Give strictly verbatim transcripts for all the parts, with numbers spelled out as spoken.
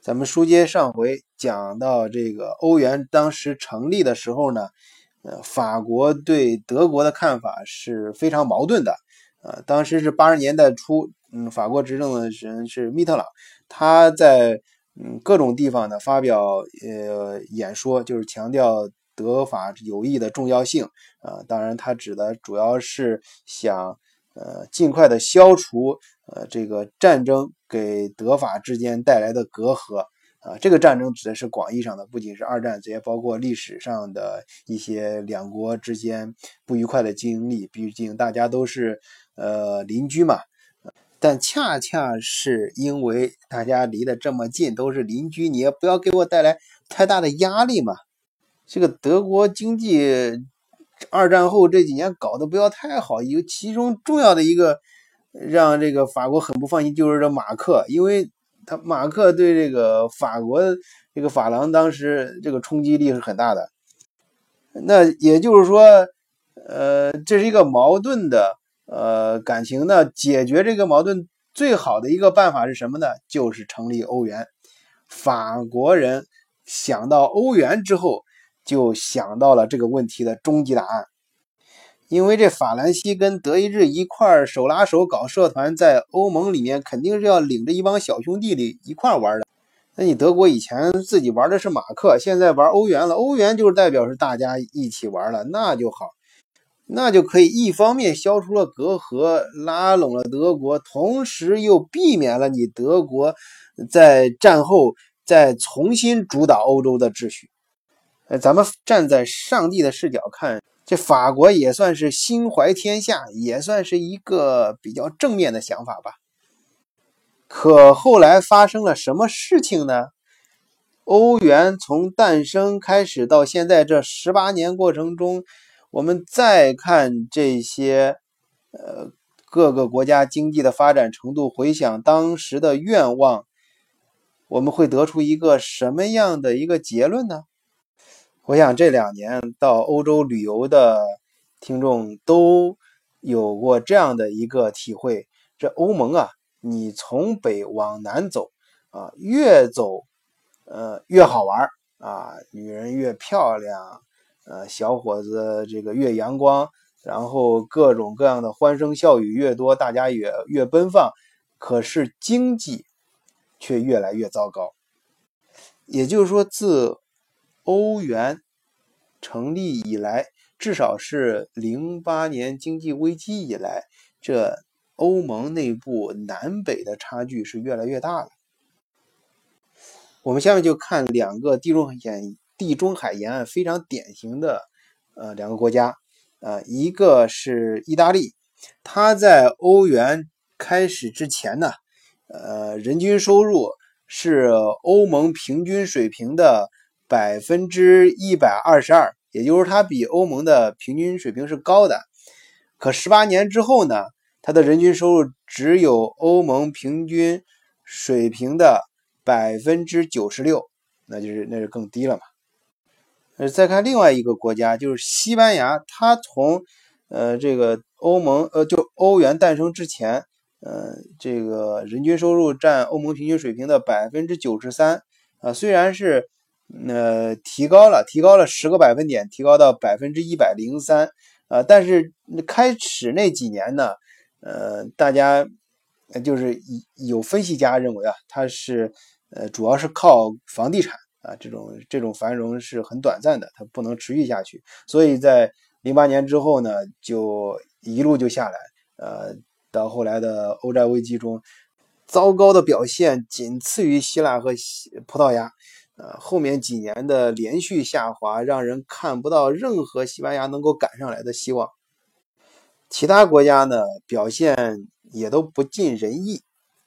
咱们书接上回讲到这个欧元当时成立的时候呢，呃，法国对德国的看法是非常矛盾的。呃，当时是八十年代初，嗯，法国执政的人是密特朗，他在嗯各种地方呢发表呃演说，就是强调德法友谊的重要性啊、呃。当然，他指的主要是想呃尽快的消除呃这个战争给德法之间带来的隔阂啊。这个战争指的是广义上的，不仅是二战，这也包括历史上的一些两国之间不愉快的经历，毕竟大家都是呃邻居嘛。但恰恰是因为大家离得这么近，都是邻居，你也不要给我带来太大的压力嘛。这个德国经济二战后这几年搞得不要太好，有其中重要的一个让这个法国很不放心，就是这马克，因为他马克对这个法国这个法郎当时这个冲击力是很大的。那也就是说，呃，这是一个矛盾的呃感情呢。解决这个矛盾最好的一个办法是什么呢？就是成立欧元。法国人想到欧元之后，就想到了这个问题的终极答案。因为这法兰西跟德意志一块手拉手搞社团，在欧盟里面肯定是要领着一帮小兄弟里一块玩的。那你德国以前自己玩的是马克，现在玩欧元了，欧元就是代表是大家一起玩了，那就好，那就可以一方面消除了隔阂，拉拢了德国，同时又避免了你德国在战后再重新主导欧洲的秩序。呃，咱们站在上帝的视角看，这法国也算是心怀天下，也算是一个比较正面的想法吧。可后来发生了什么事情呢？欧元从诞生开始到现在这十八年过程中，我们再看这些呃各个国家经济的发展程度，回想当时的愿望，我们会得出一个什么样的一个结论呢？我想这两年到欧洲旅游的听众都有过这样的一个体会，这欧盟啊，你从北往南走啊，越走呃越好玩啊，女人越漂亮，呃小伙子这个越阳光，然后各种各样的欢声笑语越多，大家也越奔放，可是经济却越来越糟糕。也就是说，自欧元成立以来，至少是零八年经济危机以来，这欧盟内部南北的差距是越来越大了。我们下面就看两个地中海沿地中海沿岸非常典型的呃两个国家，呃，一个是意大利，它在欧元开始之前呢，呃，人均收入是欧盟平均水平的百分之一百二十二，也就是它比欧盟的平均水平是高的。可十八年之后呢，它的人均收入只有欧盟平均水平的百分之九十六，那就是那是更低了嘛。呃，再看另外一个国家，就是西班牙，它从呃这个欧盟呃就欧元诞生之前，呃这个人均收入占欧盟平均水平的百分之九十三啊，虽然是呃提高了，提高了十个百分点，提高到百分之一百零三啊，但是开始那几年呢，呃大家就是有分析家认为啊，它是呃主要是靠房地产啊，这种这种繁荣是很短暂的，它不能持续下去，所以在零八年之后呢，就一路就下来，呃，到后来的欧债危机中，糟糕的表现仅次于希腊和葡萄牙，呃，后面几年的连续下滑，让人看不到任何西班牙能够赶上来的希望。其他国家呢，表现也都不尽人意。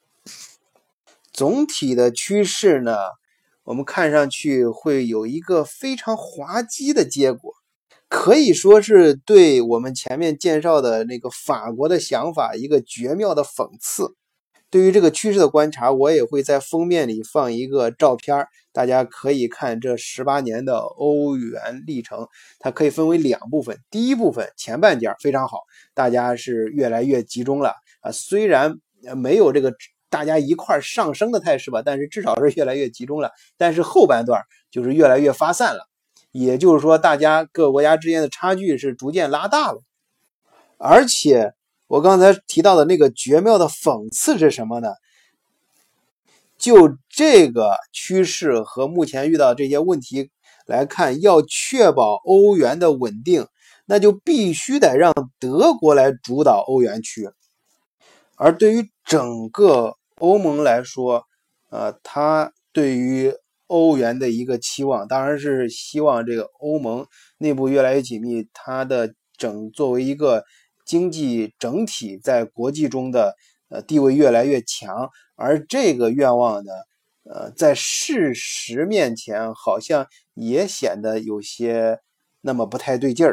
总体的趋势呢，我们看上去会有一个非常滑稽的结果，可以说是对我们前面介绍的那个法国的想法一个绝妙的讽刺。对于这个趋势的观察，我也会在封面里放一个照片，大家可以看这十八年的欧元历程，它可以分为两部分。第一部分前半截非常好，大家是越来越集中了啊，虽然没有这个大家一块上升的态势吧，但是至少是越来越集中了。但是后半段就是越来越发散了，也就是说，大家各个国家之间的差距是逐渐拉大了。而且我刚才提到的那个绝妙的讽刺是什么呢？就这个趋势和目前遇到这些问题来看，要确保欧元的稳定，那就必须得让德国来主导欧元区。而对于整个欧盟来说，呃，它对于欧元的一个期望，当然是希望这个欧盟内部越来越紧密，它的整作为一个经济整体在国际中的呃地位越来越强，而这个愿望呢，呃，在事实面前好像也显得有些那么不太对劲儿。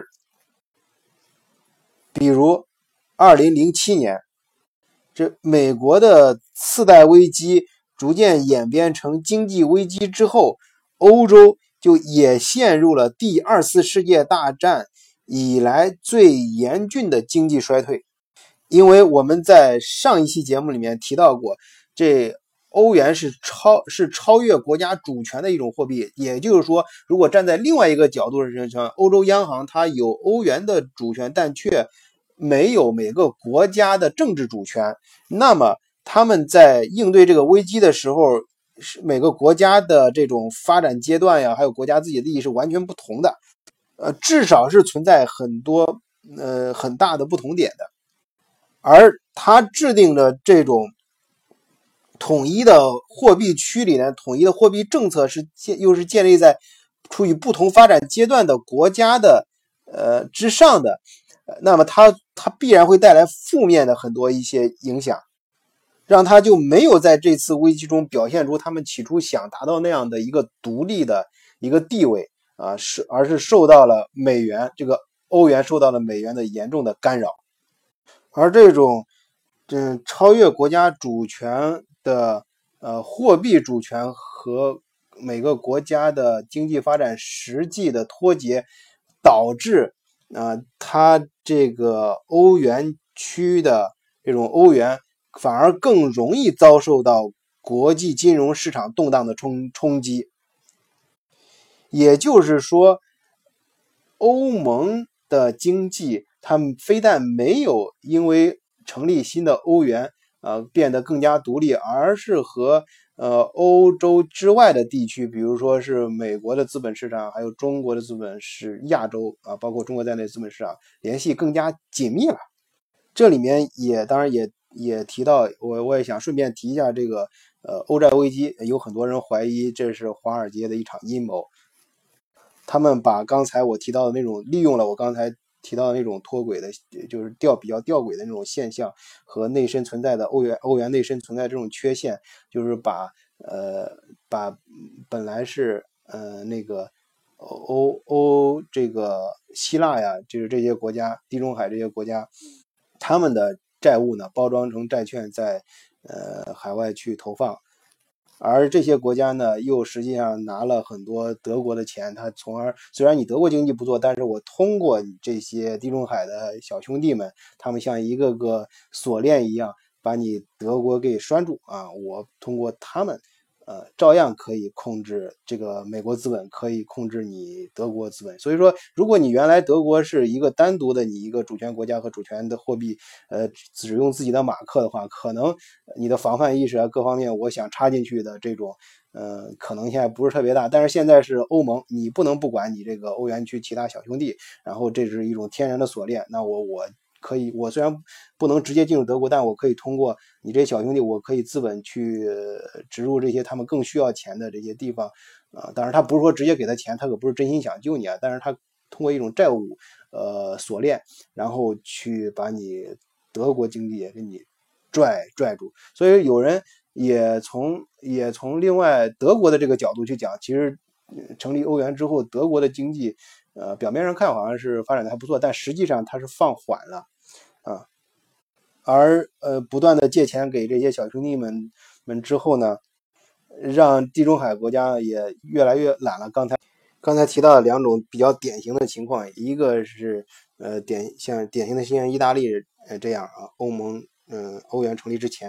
比如二零零七年，这美国的次贷危机逐渐演变成经济危机之后，欧洲就也陷入了第二次世界大战以来最严峻的经济衰退。因为我们在上一期节目里面提到过，这欧元是超是超越国家主权的一种货币，也就是说，如果站在另外一个角度上，欧洲央行它有欧元的主权，但却没有每个国家的政治主权，那么他们在应对这个危机的时候，每个国家的这种发展阶段呀，还有国家自己的利益是完全不同的，呃，至少是存在很多呃很大的不同点的。而他制定的这种统一的货币区里呢，统一的货币政策是建又是建立在处于不同发展阶段的国家的呃之上的，那么它它必然会带来负面的很多一些影响，让他就没有在这次危机中表现出他们起初想达到那样的一个独立的一个地位啊，是而是受到了美元这个欧元受到了美元的严重的干扰。而这种嗯超越国家主权的呃货币主权和每个国家的经济发展实际的脱节，导致啊、呃、它这个欧元区的这种欧元反而更容易遭受到国际金融市场动荡的冲冲击。也就是说，欧盟的经济他们非但没有因为成立新的欧元呃变得更加独立，而是和呃欧洲之外的地区，比如说是美国的资本市场，还有中国的资本是亚洲啊，包括中国在内的资本市场联系更加紧密了。这里面也当然也也提到，我我也想顺便提一下这个呃欧债危机，有很多人怀疑这是华尔街的一场阴谋。他们把刚才我提到的那种利用了我刚才提到的那种脱轨的，就是吊比较吊诡的那种现象和内深存在的欧元欧元内深存在这种缺陷，就是把呃把本来是呃那个欧欧这个希腊呀，就是这些国家，地中海这些国家，他们的债务呢包装成债券在呃海外去投放。而这些国家呢，又实际上拿了很多德国的钱，他从而虽然你德国经济不错，但是我通过你这些地中海的小兄弟们，他们像一个个锁链一样，把你德国给拴住啊！我通过他们，呃，照样可以控制这个美国资本，可以控制你德国资本。所以说，如果你原来德国是一个单独的你一个主权国家和主权的货币，呃，只用自己的马克的话，可能你的防范意识啊各方面，我想插进去的这种，呃，可能现在不是特别大。但是现在是欧盟，你不能不管你这个欧元区其他小兄弟，然后这是一种天然的锁链。那我我。可以，我虽然不能直接进入德国，但我可以通过你这些小兄弟，我可以资本去植入这些他们更需要钱的这些地方啊、呃。当然，他不是说直接给他钱，他可不是真心想救你啊。但是他通过一种债务呃锁链，然后去把你德国经济也给你拽拽住。所以有人也从也从另外德国的这个角度去讲，其实成立欧元之后，德国的经济呃表面上看好像是发展的还不错，但实际上它是放缓了。啊，而呃不断的借钱给这些小兄弟们们之后呢，让地中海国家也越来越懒了。刚才刚才提到的两种比较典型的情况，一个是呃典像典型的像意大利呃这样啊，欧盟嗯、呃、欧元成立之前，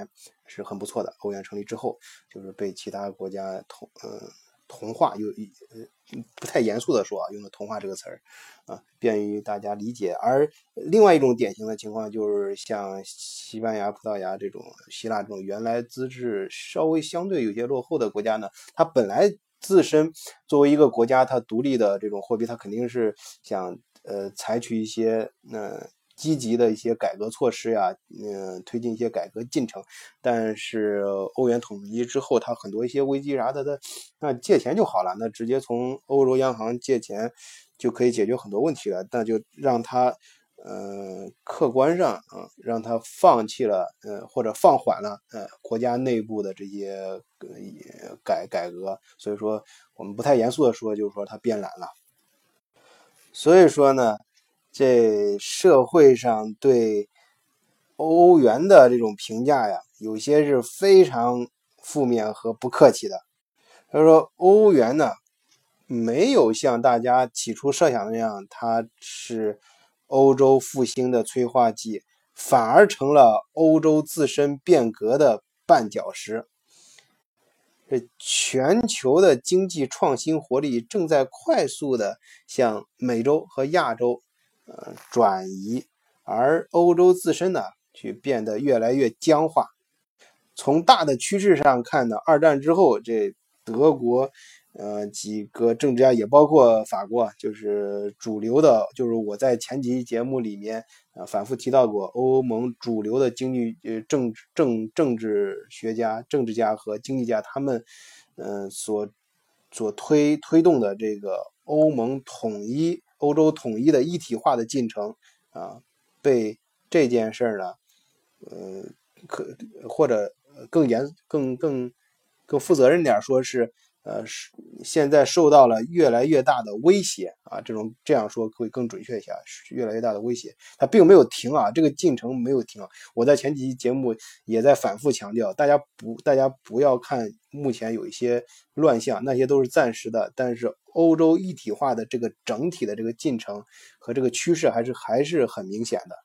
是很不错的。欧元成立之后，就是被其他国家同呃同化，有呃不太严肃的说啊，用的同化这个词儿啊，便于大家理解。而另外一种典型的情况就是像西班牙、葡萄牙这种、希腊这种原来资质稍微相对有些落后的国家呢，它本来自身作为一个国家，它独立的这种货币，它肯定是想呃采取一些呃积极的一些改革措施呀，嗯、呃，推进一些改革进程。但是欧元统一之后，它很多一些危机啥的，它那借钱就好了，那直接从欧洲央行借钱就可以解决很多问题了，那就让它呃客观上啊、呃，让它放弃了呃或者放缓了呃国家内部的这些呃改改革。所以说我们不太严肃的说，就是说它变懒了。所以说呢，这社会上对欧元的这种评价呀，有些是非常负面和不客气的。他说欧元呢，没有像大家起初设想的那样，它是欧洲复兴的催化剂，反而成了欧洲自身变革的绊脚石。这全球的经济创新活力正在快速的向美洲和亚洲呃转移，而欧洲自身呢，却变得越来越僵化。从大的趋势上看呢，二战之后，这德国呃几个政治家，也包括法国，就是主流的，就是我在前几期节目里面呃反复提到过，欧盟主流的经济呃政政政治学家、政治家和经济家，他们呃所所推推动的这个欧盟统一、欧洲统一的一体化的进程啊，被这件事儿呢，呃，可或者更严、更更更负责任点说是，呃，是现在受到了越来越大的威胁啊，这种这样说会更准确一下，是越来越大的威胁，它并没有停啊，这个进程没有停。我在前几期节目也在反复强调，大家不大家不要看目前有一些乱象，那些都是暂时的，但是欧洲一体化的这个整体的这个进程和这个趋势还是还是很明显的。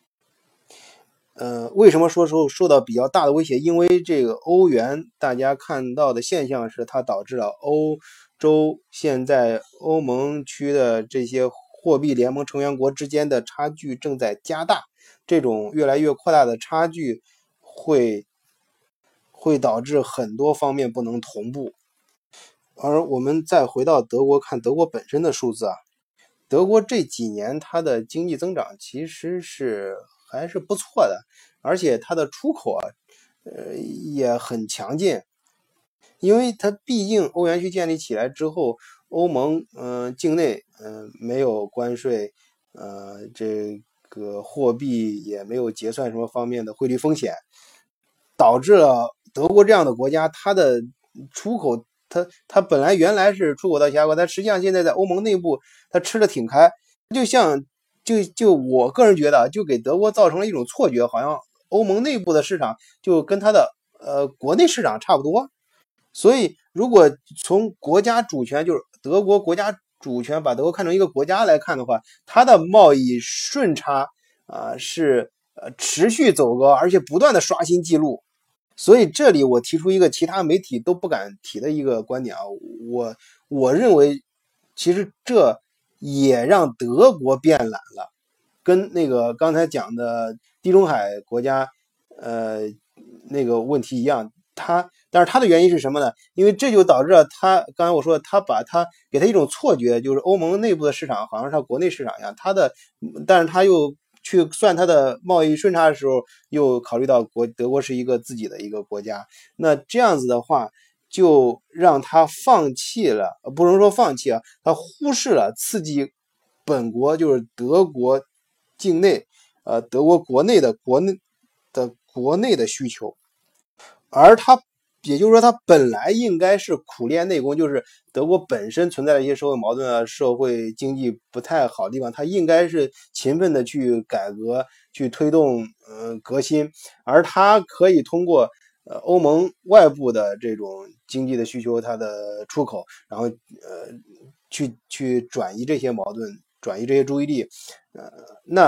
呃，为什么说受受到比较大的威胁？因为这个欧元，大家看到的现象是，它导致了欧洲现在欧盟区的这些货币联盟成员国之间的差距正在加大。这种越来越扩大的差距会会导致很多方面不能同步。而我们再回到德国看德国本身的数字啊，德国这几年它的经济增长其实是还是不错的，而且它的出口啊，呃也很强劲，因为它毕竟欧元区建立起来之后，欧盟嗯、呃、境内嗯、呃、没有关税，呃这个货币也没有结算什么方面的汇率风险，导致了德国这样的国家，它的出口，它它本来原来是出口到其他国家，它实际上现在在欧盟内部它吃的挺开，就像就就我个人觉得，就给德国造成了一种错觉，好像欧盟内部的市场就跟它的呃国内市场差不多。所以，如果从国家主权，就是德国国家主权，把德国看成一个国家来看的话，它的贸易顺差啊、呃、是呃持续走高，而且不断的刷新记录。所以这里我提出一个其他媒体都不敢提的一个观点啊，我我认为其实这也让德国变懒了，跟那个刚才讲的地中海国家呃那个问题一样，它但是它的原因是什么呢？因为这就导致了它刚才我说它把它给它一种错觉，就是欧盟内部的市场好像是它国内市场一样，它的但是它又去算它的贸易顺差的时候，又考虑到国德国是一个自己的一个国家，那这样子的话，就让他放弃了，不能说放弃啊，他忽视了刺激本国就是德国境内，呃，德国国内的国内的国内的需求，而他也就是说，他本来应该是苦练内功，就是德国本身存在的一些社会矛盾啊，社会经济不太好的地方，他应该是勤奋的去改革，去推动呃革新，而他可以通过呃欧盟外部的这种经济的需求，它的出口，然后呃去去转移这些矛盾，转移这些注意力，呃那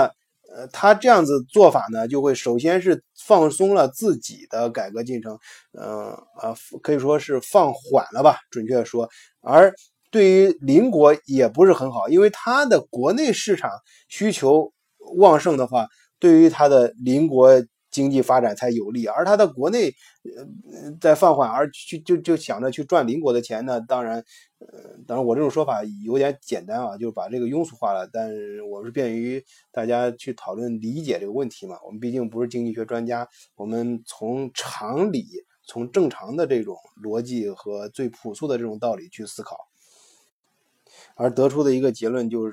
呃，他这样子做法呢，就会首先是放松了自己的改革进程，呃呃，可以说是放缓了吧，准确说。而对于邻国也不是很好，因为它的国内市场需求旺盛的话，对于它的邻国经济发展才有利，而它的国内呃在放缓，而去就就想着去赚邻国的钱呢，当然，呃，当然我这种说法有点简单啊，就把这个庸俗化了，但是我是便于大家去讨论理解这个问题嘛。我们毕竟不是经济学专家，我们从常理、从正常的这种逻辑和最朴素的这种道理去思考，而得出的一个结论就是，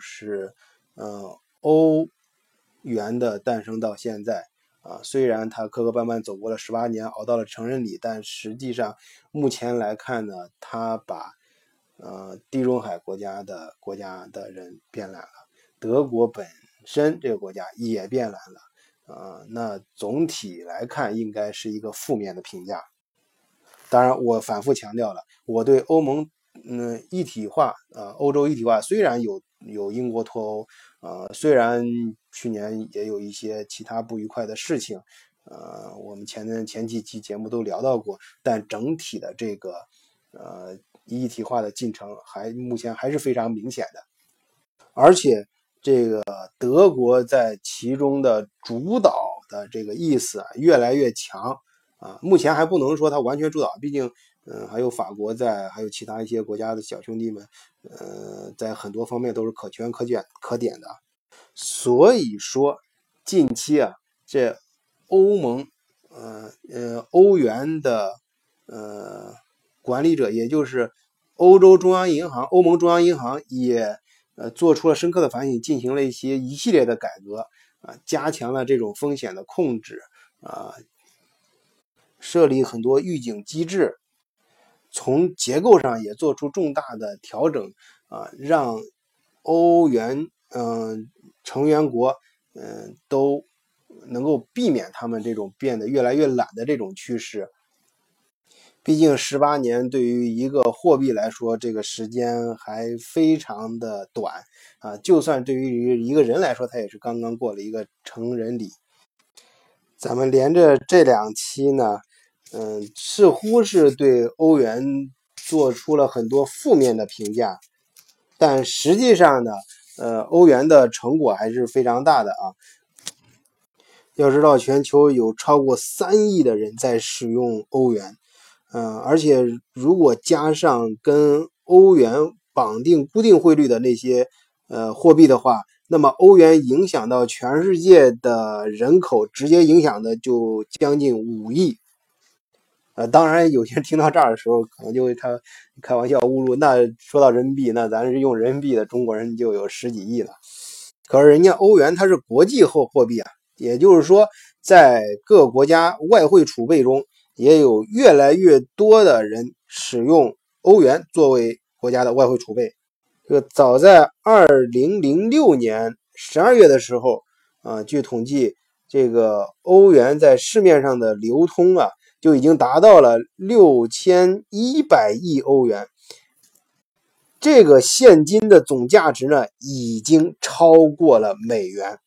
呃，欧元的诞生到现在啊，虽然它磕磕绊绊走过了十八年，熬到了成人礼，但实际上目前来看呢，它把呃地中海国家的国家的人变懒了，德国本身这个国家也变懒了，呃，那总体来看应该是一个负面的评价。当然，我反复强调了，我对欧盟嗯一体化，呃，欧洲一体化虽然有有英国脱欧，呃，虽然去年也有一些其他不愉快的事情，呃，我们前前几期节目都聊到过，但整体的这个呃一体化的进程还目前还是非常明显的，而且这个德国在其中的主导的这个意思啊越来越强啊，目前还不能说它完全主导，毕竟嗯、呃、还有法国在，还有其他一些国家的小兄弟们，呃，在很多方面都是可圈可点可点的。所以说近期啊，这欧盟呃呃欧元的呃管理者，也就是欧洲中央银行、欧盟中央银行也呃做出了深刻的反省，进行了一些一系列的改革啊，加强了这种风险的控制啊，设立很多预警机制，从结构上也做出重大的调整啊，让欧元嗯、呃、成员国嗯、呃、都能够避免他们这种变得越来越懒的这种趋势。毕竟十八年对于一个货币来说，这个时间还非常的短啊，就算对于一个人来说，他也是刚刚过了一个成人礼。咱们连着这两期呢，嗯，似乎是对欧元做出了很多负面的评价，但实际上呢，呃，欧元的成果还是非常大的啊。要知道，全球有超过三亿的人在使用欧元，嗯、呃，而且如果加上跟欧元绑定固定汇率的那些呃货币的话，那么欧元影响到全世界的人口，直接影响的就将近五亿。呃，当然有些人听到这儿的时候，可能就会开开玩笑侮辱。那说到人民币，那咱是用人民币的中国人就有十几亿了。可是人家欧元它是国际货货币啊，也就是说，在各国家外汇储备中，也有越来越多的人使用欧元作为国家的外汇储备。这个早在二零零六年十二月的时候，啊，据统计，这个欧元在市面上的流通啊，就已经达到了六千一百亿欧元。这个现金的总价值呢，已经超过了美元。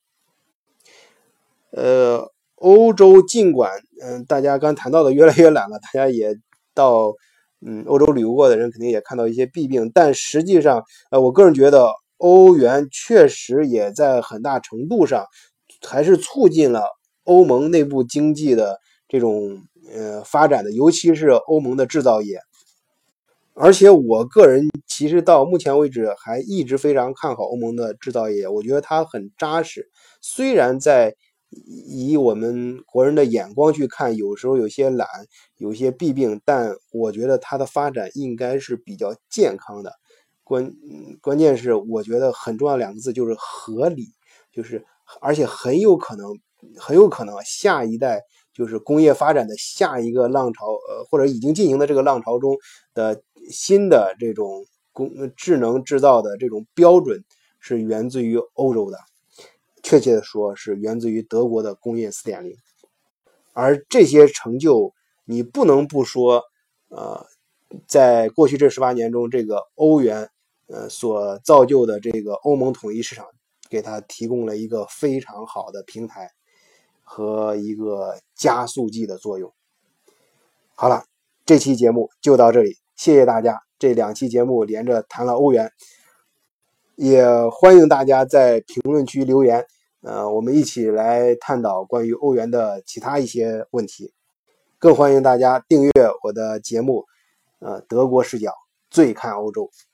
呃，欧洲尽管嗯、呃，大家刚谈到的越来越懒了，大家也到嗯欧洲旅游过的人肯定也看到一些弊病，但实际上，呃，我个人觉得欧元确实也在很大程度上还是促进了欧盟内部经济的这种呃发展的，尤其是欧盟的制造业。而且我个人其实到目前为止还一直非常看好欧盟的制造业，我觉得它很扎实。虽然在以我们国人的眼光去看，有时候有些懒，有些弊病，但我觉得它的发展应该是比较健康的。关关键是我觉得很重要两个字就是合理，就是而且很有可能很有可能下一代就是工业发展的下一个浪潮，呃，或者已经进行的这个浪潮中的新的这种工智能制造的这种标准是源自于欧洲的，确切的说是源自于德国的工业 四点零。 而这些成就你不能不说，呃，在过去这十八年中，这个欧元呃所造就的这个欧盟统一市场给他提供了一个非常好的平台和一个加速剂的作用。好了，这期节目就到这里，谢谢大家。这两期节目连着谈了欧元，也欢迎大家在评论区留言，呃，我们一起来探讨关于欧元的其他一些问题。更欢迎大家订阅我的节目，呃，德国视角，最看欧洲。